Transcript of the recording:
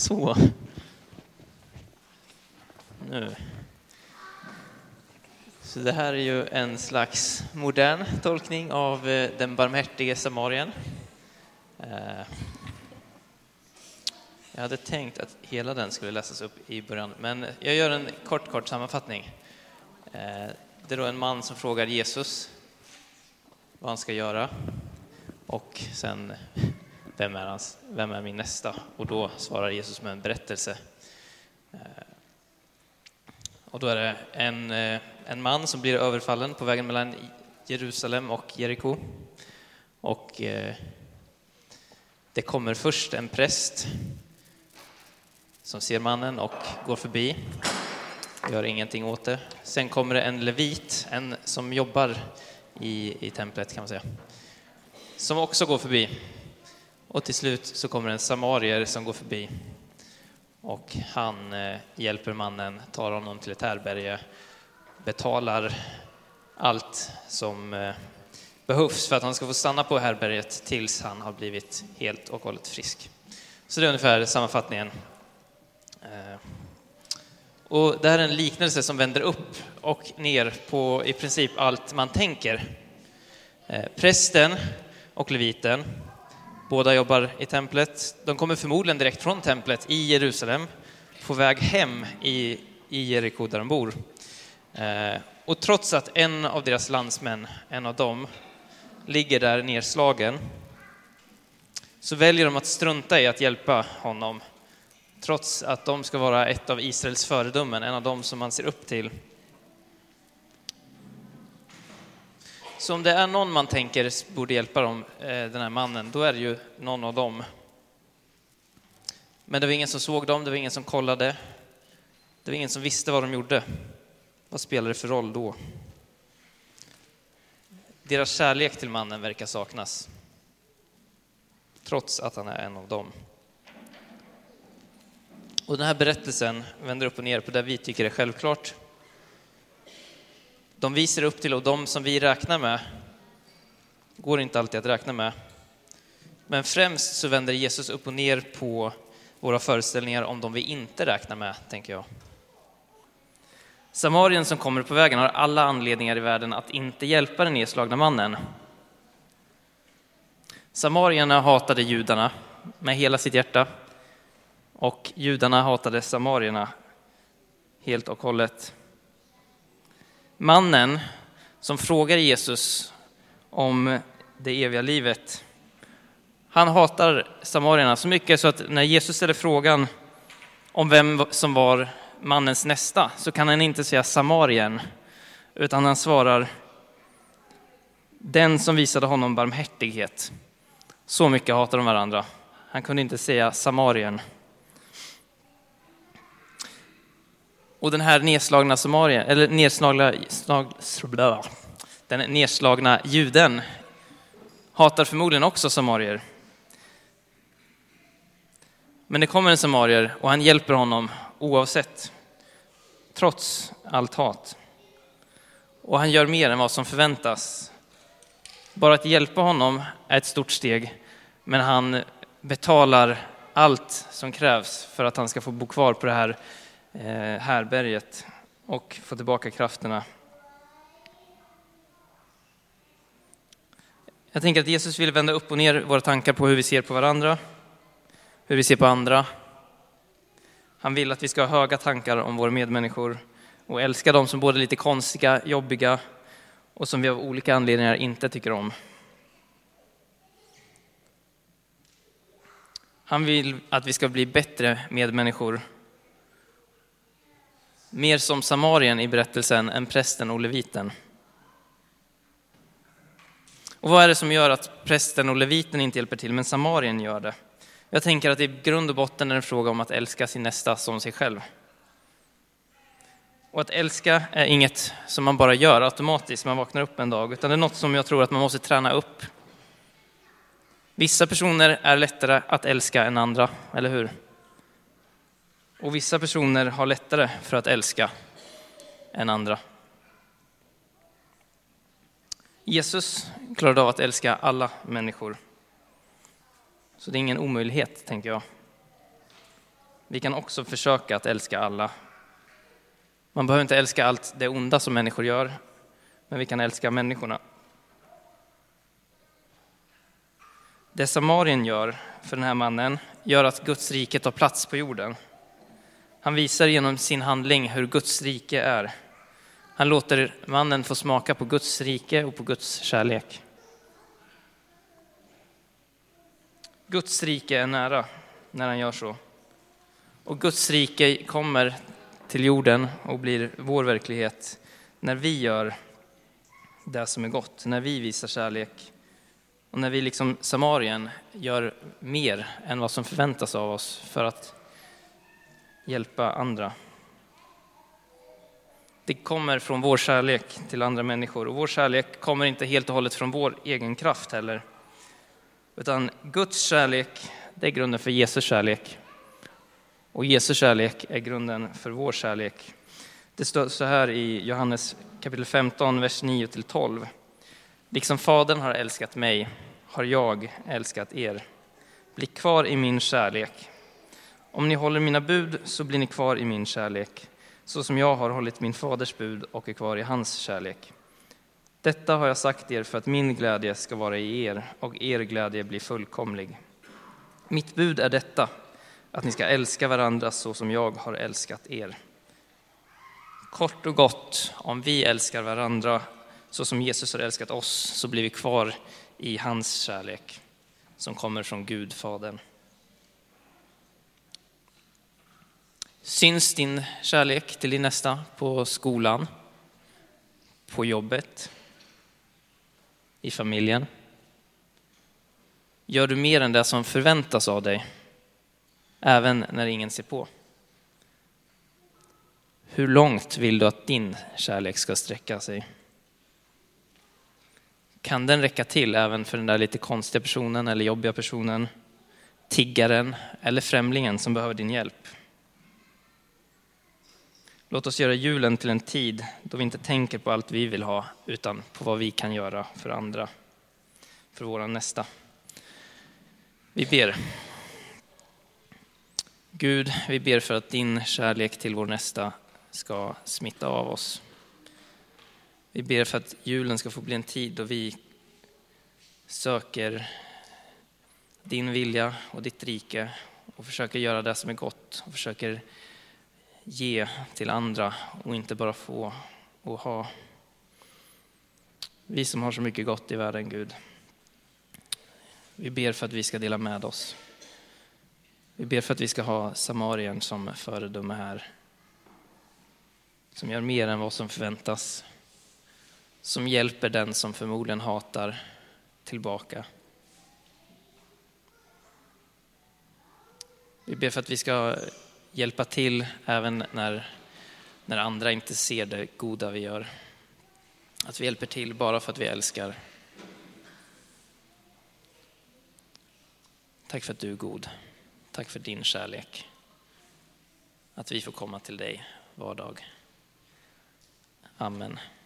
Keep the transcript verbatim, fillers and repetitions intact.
Så. Nu. Så det här är ju en slags modern tolkning av den barmhärtige samarien. Jag hade tänkt att hela den skulle läsas upp i början, men jag gör en kort, kort sammanfattning. Det är då en man som frågar Jesus vad han ska göra, och sen vem är, hans, vem är min nästa? Och då svarar Jesus med en berättelse. Och då är det en, en man som blir överfallen på vägen mellan Jerusalem och Jeriko. Och det kommer först en präst som ser mannen och går förbi, gör ingenting åt det. Sen kommer det en levit, en som jobbar i, i templet kan man säga, som också går förbi. Och till slut så kommer en samarier som går förbi. Och han eh, hjälper mannen, tar honom till ett härberge, betalar allt som eh, behövs för att han ska få stanna på härberget tills han har blivit helt och hållet frisk. Så det är ungefär sammanfattningen. Eh, och det här är en liknelse som vänder upp och ner på i princip allt man tänker. Eh, prästen och leviten, båda jobbar i templet. De kommer förmodligen direkt från templet i Jerusalem, på väg hem i, i Jeriko där de bor. Eh, och trots att en av deras landsmän, en av dem, ligger där nerslagen, så väljer de att strunta i att hjälpa honom. Trots att de ska vara ett av Israels föredömen, en av dem som man ser upp till. Så om det är någon man tänker borde hjälpa dem, den här mannen, då är det ju någon av dem. Men det var ingen som såg dem, det var ingen som kollade. Det var ingen som visste vad de gjorde. Vad spelar det för roll då? Deras kärlek till mannen verkar saknas, trots att han är en av dem. Och den här berättelsen vänder upp och ner på det vi tycker är självklart. De vi ser upp till och de som vi räknar med går inte alltid att räkna med. Men främst så vänder Jesus upp och ner på våra föreställningar om de vi inte räknar med, tänker jag. Samarien som kommer på vägen har alla anledningar i världen att inte hjälpa den nedslagna mannen. Samarierna hatade judarna med hela sitt hjärta, och judarna hatade samarierna helt och hållet. Mannen som frågar Jesus om det eviga livet, han hatar samarierna så mycket så att när Jesus ställer frågan om vem som var mannens nästa, så kan han inte säga samarien, utan han svarar den som visade honom barmhärtighet. Så mycket hatar de varandra. Han kunde inte säga samarien. Och den här nedslagna samarien, eller nedslagna, snag, den nedslagna juden hatar förmodligen också samarier. Men det kommer en samarier och han hjälper honom oavsett, trots allt hat. Och han gör mer än vad som förväntas. Bara att hjälpa honom är ett stort steg, men han betalar allt som krävs för att han ska få bo kvar på det här härberget och få tillbaka krafterna. Jag tänker att Jesus vill vända upp och ner våra tankar på hur vi ser på varandra, hur vi ser på andra. Han vill att vi ska ha höga tankar om våra medmänniskor och älska dem som både är lite konstiga, jobbiga och som vi av olika anledningar inte tycker om. Han vill att vi ska bli bättre medmänniskor. Mer som samarien i berättelsen än prästen och leviten. Och vad är det som gör att prästen och leviten inte hjälper till, men samarien gör det? Jag tänker att i grund och botten är det en fråga om att älska sin nästa som sig själv. Och att älska är inget som man bara gör automatiskt när man vaknar upp en dag, utan det är något som jag tror att man måste träna upp. Vissa personer är lättare att älska än andra, eller hur? Och vissa personer har lättare för att älska än andra. Jesus klarade av att älska alla människor. Så det är ingen omöjlighet, tänker jag. vi kan också försöka att älska alla. Man behöver inte älska allt det onda som människor gör, men vi kan älska människorna. Det Samarien gör för den här mannen gör att Guds rike tar plats på jorden. Han visar genom sin handling hur Guds rike är. Han låter mannen få smaka på Guds rike och på Guds kärlek. Guds rike är nära när han gör så. Och Guds rike kommer till jorden och blir vår verklighet när vi gör det som är gott, när vi visar kärlek. Och när vi liksom Samarien gör mer än vad som förväntas av oss för att hjälpa andra. Det kommer från vår kärlek till andra människor. Och vår kärlek kommer inte helt och hållet från vår egen kraft heller. Utan Guds kärlek, det är grunden för Jesus kärlek. Och Jesu kärlek är grunden för vår kärlek. Det står så här i Johannes kapitel femton, vers nio till tolv. Liksom Fadern har älskat mig har jag älskat er. Bli kvar i min kärlek. Om ni håller mina bud så blir ni kvar i min kärlek. Så som jag har hållit min faders bud och är kvar i hans kärlek. Detta har jag sagt er för att min glädje ska vara i er och er glädje blir fullkomlig. Mitt bud är detta, att ni ska älska varandra så som jag har älskat er. Kort och gott, om vi älskar varandra så som Jesus har älskat oss så blir vi kvar i hans kärlek som kommer från Gud, Fadern. Syns din kärlek till din nästa på skolan, på jobbet, i familjen? Gör du mer än det som förväntas av dig, även när ingen ser på? Hur långt vill du att din kärlek ska sträcka sig? Kan den räcka till även för den där lite konstiga personen eller jobbiga personen, tiggaren eller främlingen som behöver din hjälp? Låt oss göra julen till en tid då vi inte tänker på allt vi vill ha utan på vad vi kan göra för andra, för våra nästa. Vi ber. Gud, vi ber för att din kärlek till vår nästa ska smitta av oss. Vi ber för att julen ska få bli en tid då vi söker din vilja och ditt rike och försöker göra det som är gott och försöker ge till andra och inte bara få och ha. Vi som har så mycket gott i världen, Gud. Vi ber för att vi ska dela med oss. Vi ber för att vi ska ha Samarien som föredöme här. Som gör mer än vad som förväntas. Som hjälper den som förmodligen hatar tillbaka. Vi ber för att vi ska hjälpa till även när, när andra inte ser det goda vi gör. Att vi hjälper till bara för att vi älskar. Tack för att du är god. Tack för din kärlek. Att vi får komma till dig var dag. Amen.